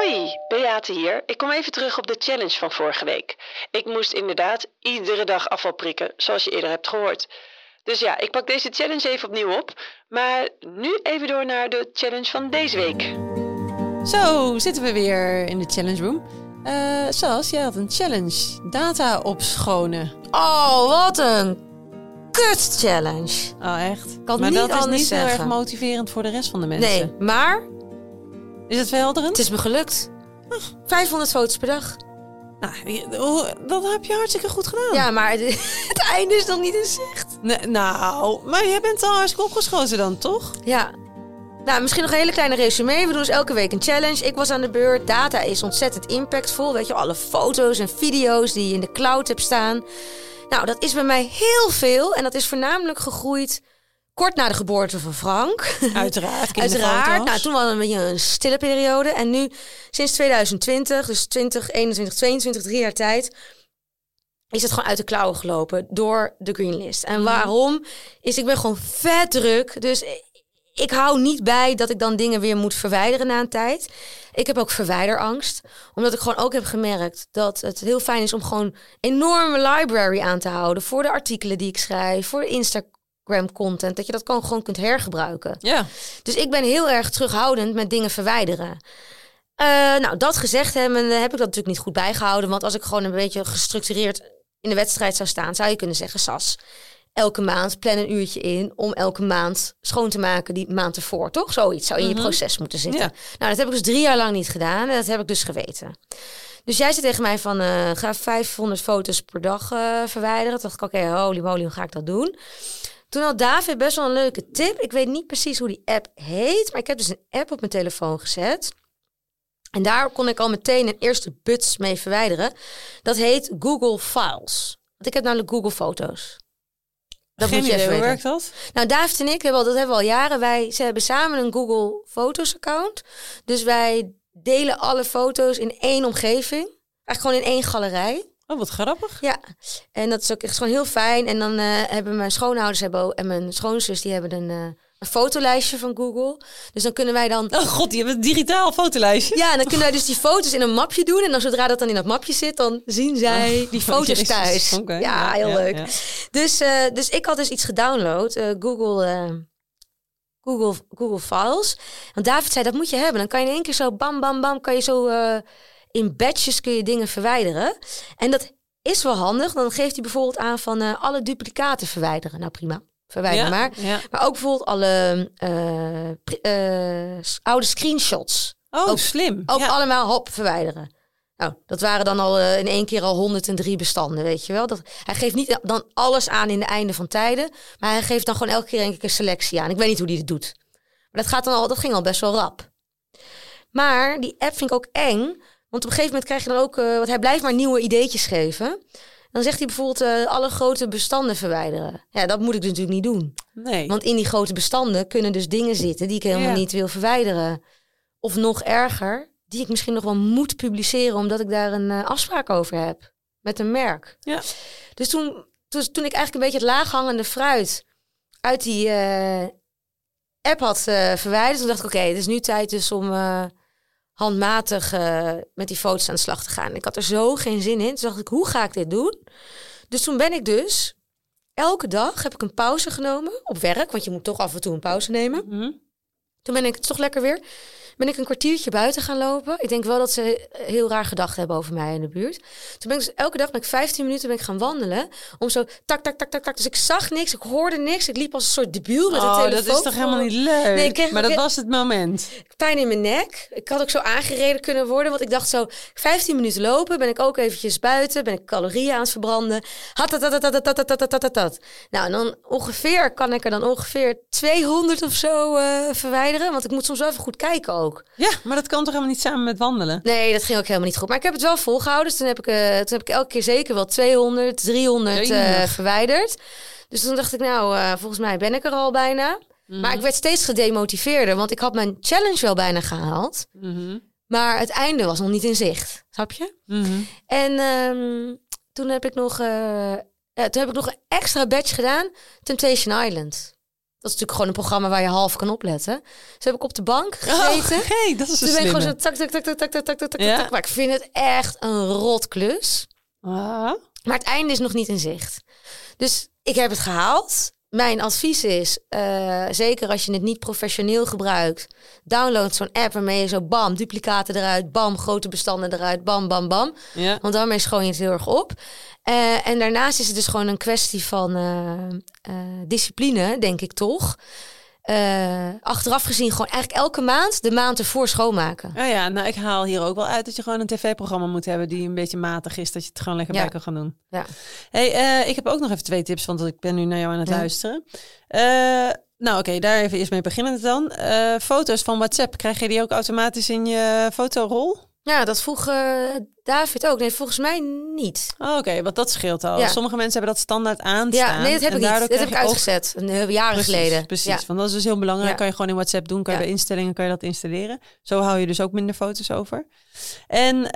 Hoi, Beate hier. Ik kom even terug op de challenge van vorige week. Ik moest inderdaad iedere dag afval prikken, zoals je eerder hebt gehoord. Dus ja, ik pak deze challenge even opnieuw op. Maar nu even door naar de challenge van deze week. Zo, zitten we weer in de challenge room. Sas, jij had een challenge. Data opschonen. Oh, wat een kut challenge. Oh, echt? Kan maar niet dat is anders niet zeggen. heel erg motiverend voor de rest van de mensen. Nee, maar Is het verhelderend? het is me gelukt. 500 foto's per dag. Nou, dat heb je hartstikke goed gedaan. Ja, maar het einde is nog niet in zicht. Nee, nou, maar jij bent al hartstikke opgeschoten dan, toch? Ja. Nou, misschien nog een hele kleine resume. We doen dus elke week een challenge. Ik was aan de beurt. Data is ontzettend impactvol. Weet je, alle foto's en video's die je in de cloud hebt staan. Nou, dat is bij mij heel veel. En dat is voornamelijk gegroeid kort na de geboorte van Frank. Uiteraard. Uiteraard. Nou, toen hadden we een stille periode. En nu, sinds 2020, dus 2021, 2022, 3 jaar tijd, is het gewoon uit de klauwen gelopen door de Greenlist. En waarom? Ik ben gewoon vet druk. Dus ik hou niet bij dat ik dan dingen weer moet verwijderen na een tijd. Ik heb ook verwijderangst. Omdat ik gewoon ook heb gemerkt dat het heel fijn is om gewoon een enorme library aan te houden voor de artikelen die ik schrijf, voor de Instagram content, dat je dat gewoon kunt hergebruiken. Ja. Dus ik ben heel erg terughoudend met dingen verwijderen. Nou, dat gezegd hebben, heb ik dat natuurlijk niet goed bijgehouden. Want als ik gewoon een beetje gestructureerd in de wedstrijd zou staan, zou je kunnen zeggen, Sas, elke maand plan een uurtje in om elke maand schoon te maken die maand ervoor, toch? Zoiets zou in je proces moeten zitten. Ja. Nou, dat heb ik dus 3 jaar lang niet gedaan en dat heb ik dus geweten. Dus jij zei tegen mij van, ga 500 foto's per dag verwijderen. Toen dacht ik, oké, holy moly, hoe ga ik dat doen? Toen had David best wel een leuke tip. Ik weet niet precies hoe die app heet, maar ik heb dus een app op mijn telefoon gezet. En daar kon ik al meteen een eerste buts mee verwijderen. Dat heet Google Files. Want ik heb namelijk Google Foto's. Dat Geen moet je idee, even hoe weten. werkt dat? Nou, David en ik hebben dat hebben we al jaren. Ze hebben samen een Google Foto's account. Dus wij delen alle foto's in één omgeving. Eigenlijk gewoon in één galerij. Oh, wat grappig. Ja, en dat is ook echt gewoon heel fijn. En dan hebben mijn schoonouders en mijn schoonzus, die hebben een fotolijstje van Google. Dus dan kunnen wij dan... Oh god, die hebben een digitaal fotolijstje. Ja, en dan kunnen wij dus die foto's in een mapje doen. En dan zodra dat dan in dat mapje zit, dan zien zij die foto's Jezus. thuis. Okay, ja, heel leuk. Ja. Dus ik had dus iets gedownload. Google Files. Want David zei, dat moet je hebben. Dan kan je in één keer zo bam, bam, bam, kan je zo in batches kun je dingen verwijderen. En dat is wel handig. Dan geeft hij bijvoorbeeld aan van alle duplicaten verwijderen. Nou prima, verwijder maar. Ja. Maar ook bijvoorbeeld alle oude screenshots. Oh, ook, slim. Ook Ja. allemaal verwijderen. Nou, dat waren dan al in één keer al 103 bestanden, weet je wel. Hij geeft niet dan alles aan in de einde van tijden. Maar hij geeft dan gewoon elke keer een selectie aan. Ik weet niet hoe hij het doet. Maar dat ging al best wel rap. Maar die app vind ik ook eng. Want op een gegeven moment krijg je dan ook... want hij blijft maar nieuwe ideetjes geven. Dan zegt hij bijvoorbeeld alle grote bestanden verwijderen. Ja, dat moet ik dus natuurlijk niet doen. Nee. Want in die grote bestanden kunnen dus dingen zitten die ik helemaal niet wil verwijderen. Of nog erger, die ik misschien nog wel moet publiceren omdat ik daar een afspraak over heb. Met een merk. Ja. Dus toen ik eigenlijk een beetje het laaghangende fruit uit die app had verwijderd. Toen dacht ik, oké, het is nu tijd dus om handmatig met die foto's aan de slag te gaan. Ik had er zo geen zin in. Toen dacht ik, hoe ga ik dit doen? Dus toen ben ik dus elke dag heb ik een pauze genomen op werk. Want je moet toch af en toe een pauze nemen. Toen ben ik, het is toch lekker weer, ben ik een kwartiertje buiten gaan lopen. Ik denk wel dat ze heel raar gedacht hebben over mij in de buurt. Toen ben ik dus elke dag 15 minuten gaan wandelen. Om zo tak, tak, tak, tak, tak. Dus ik zag niks, ik hoorde niks. Ik liep als een soort debiel met een telefoon. Dat is toch helemaal niet leuk? Nee, maar dat was het moment. Pijn in mijn nek. Ik had ook zo aangereden kunnen worden. Want ik dacht zo, 15 minuten lopen. Ben ik ook eventjes buiten. Ben ik calorieën aan het verbranden. Nou, en dan kan ik er dan ongeveer 200 of zo verwijderen. Want ik moet soms wel even goed kijken ook. Ja, maar dat kan toch helemaal niet samen met wandelen? Nee, dat ging ook helemaal niet goed. Maar ik heb het wel volgehouden. Dus toen heb ik elke keer zeker wel 200, 300 verwijderd. Dus toen dacht ik, nou, volgens mij ben ik er al bijna. Maar ik werd steeds gedemotiveerder. Want ik had mijn challenge wel bijna gehaald. Maar het einde was nog niet in zicht. Snap je? En toen heb ik nog een extra badge gedaan. Temptation Island. Dat is natuurlijk gewoon een programma waar je half kan opletten. Dus heb ik op de bank gezeten. Hey, dat is Toen een ben ik slimme. gewoon zo tak, tak, tak, tak, tak, tak, tak, tak, tak, Ja. tak. Maar ik vind het echt een rotklus. Ah. Maar het einde is nog niet in zicht. Dus ik heb het gehaald. Mijn advies is, zeker als je het niet professioneel gebruikt, download zo'n app waarmee je zo bam, duplicaten eruit, bam, grote bestanden eruit, bam, bam, bam. Ja. Want daarmee schoon je het heel erg op. En daarnaast is het dus gewoon een kwestie van discipline, denk ik toch. Achteraf gezien gewoon eigenlijk elke maand de maand ervoor schoonmaken. Oh ja, nou ik haal hier ook wel uit dat je gewoon een tv-programma moet hebben die een beetje matig is, dat je het gewoon lekker bij kan gaan doen. Ja. Hey, ik heb ook nog even 2 tips, want ik ben nu naar jou aan het luisteren. Nou oké, daar even eerst mee beginnen dan. Foto's van WhatsApp, krijg je die ook automatisch in je fotorol? Ja, dat vroeg David ook. Nee, volgens mij niet. Oh, oké, want dat scheelt al. Ja. Sommige mensen hebben dat staan aanstaan. Ja, nee, dat heb en ik daardoor niet. Dit heb krijg ik je ook- uitgezet. Jaren geleden. Precies, Ja. want dat is dus heel belangrijk. Ja. Kan je gewoon in WhatsApp doen. Kan je Ja. bij instellingen kan je dat installeren. Zo hou je dus ook minder foto's over. En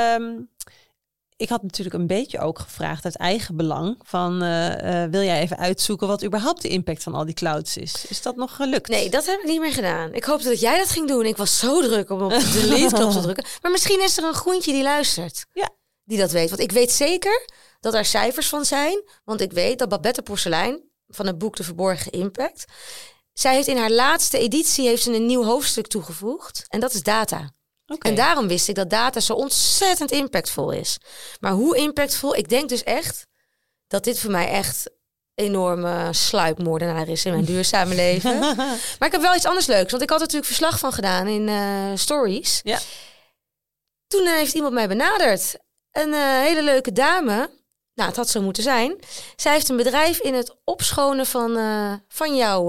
ik had natuurlijk een beetje ook gevraagd uit eigen belang van wil jij even uitzoeken wat überhaupt de impact van al die clouds is? Is dat nog gelukt? Nee, dat heb ik niet meer gedaan. Ik hoopte dat jij dat ging doen. Ik was zo druk om op de delete-knop te drukken. Maar misschien is er een groentje die luistert. Ja. Die dat weet. Want ik weet zeker dat er cijfers van zijn. Want ik weet dat Babette Porcelein van het boek De Verborgen Impact. Zij heeft in haar laatste editie heeft ze een nieuw hoofdstuk toegevoegd. En dat is data. Oké. En daarom wist ik dat data zo ontzettend impactvol is. Maar hoe impactvol? Ik denk dus echt dat dit voor mij echt enorme sluipmoordenaar is in mijn duurzame leven. Maar ik heb wel iets anders leuks. Want ik had er natuurlijk verslag van gedaan in stories. Ja. Toen heeft iemand mij benaderd. Een hele leuke dame. Nou, het had zo moeten zijn. Zij heeft een bedrijf in het opschonen van jouw...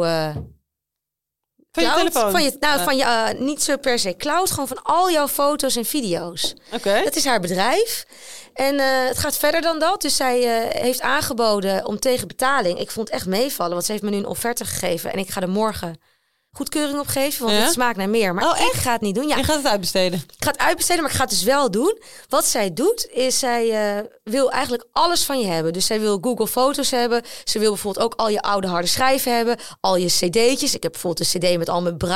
Van je cloud. telefoon? Van je niet zo per se cloud. Gewoon van al jouw foto's en video's. Oké. Dat is haar bedrijf. En het gaat verder dan dat. Dus zij heeft aangeboden om tegen betaling. Ik vond het echt meevallen. Want ze heeft me nu een offerte gegeven. En ik ga er morgen goedkeuring op geven. Want Ja? het smaakt naar meer. Maar Oh, ik ga het niet doen. Ja, Je gaat het uitbesteden. ik ga het uitbesteden, maar ik ga het dus wel doen. Wat zij doet, is zij wil eigenlijk alles van je hebben. Dus zij wil Google Foto's hebben. Ze wil bijvoorbeeld ook al je oude harde schijven hebben. Al je cd'tjes. Ik heb bijvoorbeeld een cd met al mijn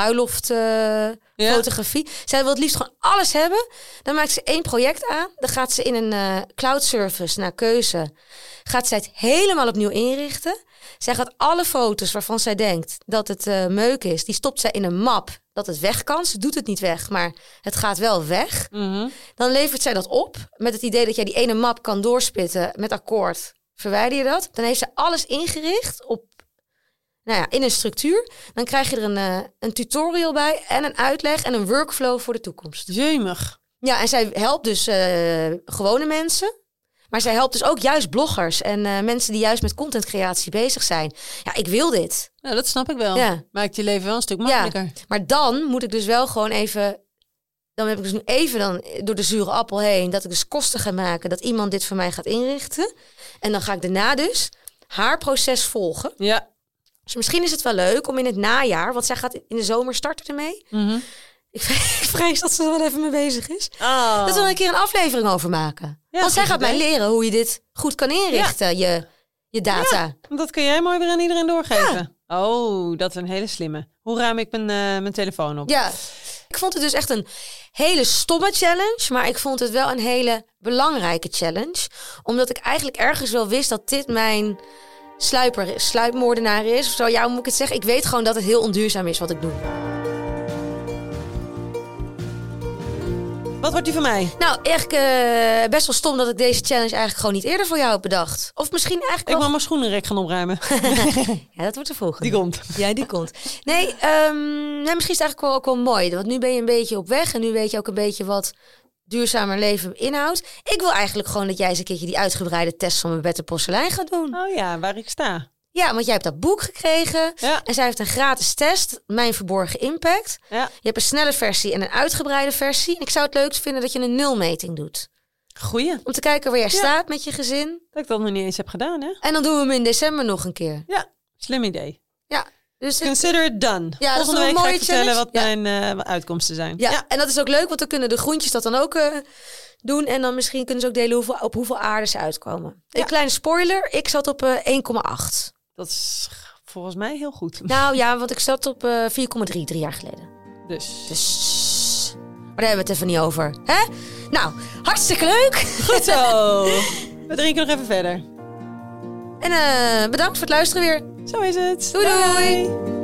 bruiloftfotografie. Zij wil het liefst gewoon alles hebben. Dan maakt ze 1 project aan. Dan gaat ze in een cloud service naar keuze. Gaat zij het helemaal opnieuw inrichten. Zij gaat alle foto's waarvan zij denkt dat het meuk is, die stopt zij in een map dat het weg kan. Ze doet het niet weg, maar het gaat wel weg. Dan levert zij dat op met het idee dat jij die ene map kan doorspitten met akkoord. Verwijder je dat? Dan heeft zij alles ingericht op, in een structuur. Dan krijg je er een tutorial bij en een uitleg en een workflow voor de toekomst. Jemig. Ja, en zij helpt dus gewone mensen. Maar zij helpt dus ook juist bloggers en mensen die juist met contentcreatie bezig zijn. Ja, ik wil dit. Nou, dat snap ik wel. Ja. Maakt je leven wel een stuk makkelijker. Ja, maar dan moet ik dus wel gewoon even... Dan heb ik dus nu even door de zure appel heen... dat ik dus kosten ga maken dat iemand dit voor mij gaat inrichten. En dan ga ik daarna dus haar proces volgen. Ja. Dus misschien is het wel leuk om in het najaar... want zij gaat in de zomer starten ermee. Ik vrees dat ze er wel even mee bezig is. Oh. Dat we er een keer een aflevering over maken. Ja, want zij goed gaat mij idee. leren hoe je dit goed kan inrichten. Je data. Dat kun jij mooi weer aan iedereen doorgeven. Ja. Oh, dat is een hele slimme. Hoe ruim ik mijn telefoon op? Ja, ik vond het dus echt een hele stomme challenge. Maar ik vond het wel een hele belangrijke challenge. Omdat ik eigenlijk ergens wel wist dat dit mijn sluipmoordenaar is. Of zo, ja, hoe moet ik het zeggen? Ik weet gewoon dat het heel onduurzaam is wat ik doe. Wat wordt die van mij? Nou, echt best wel stom dat ik deze challenge eigenlijk gewoon niet eerder voor jou heb bedacht. Of misschien eigenlijk Ik wel... mag mijn schoenenrek gaan opruimen. Ja, dat wordt de volgende. Die komt. Ja, die komt. Nee, misschien is het eigenlijk ook wel mooi. Want nu ben je een beetje op weg. En nu weet je ook een beetje wat duurzamer leven inhoudt. Ik wil eigenlijk gewoon dat jij eens een keertje die uitgebreide test van Babette Porcelein gaat doen. Oh ja, waar ik sta. Ja, want jij hebt dat boek gekregen. Ja. En zij heeft een gratis test, Mijn Verborgen Impact. Ja. Je hebt een snelle versie en een uitgebreide versie. En ik zou het leuk vinden dat je een nulmeting doet. Goeie. Om te kijken waar jij staat met je gezin. Dat ik dat nog niet eens heb gedaan, hè? En dan doen we hem in december nog een keer. Ja, slim idee. Ja, dus Consider it done. Ja, dat is Volgende een week ga mooie ik vertellen challenge. wat mijn uitkomsten zijn. Ja, en dat is ook leuk, want dan kunnen de groentjes dat dan ook doen. En dan misschien kunnen ze ook delen op hoeveel aarde ze uitkomen. Ja. Een kleine spoiler, ik zat op 1,8. Dat is volgens mij heel goed. Nou ja, want ik zat op 4,3 3 jaar geleden. Dus. Maar daar hebben we het even niet over. Hè? Nou, hartstikke leuk. Goed zo. We drinken nog even verder. En bedankt voor het luisteren weer. Zo is het. Doei, doei. Bye.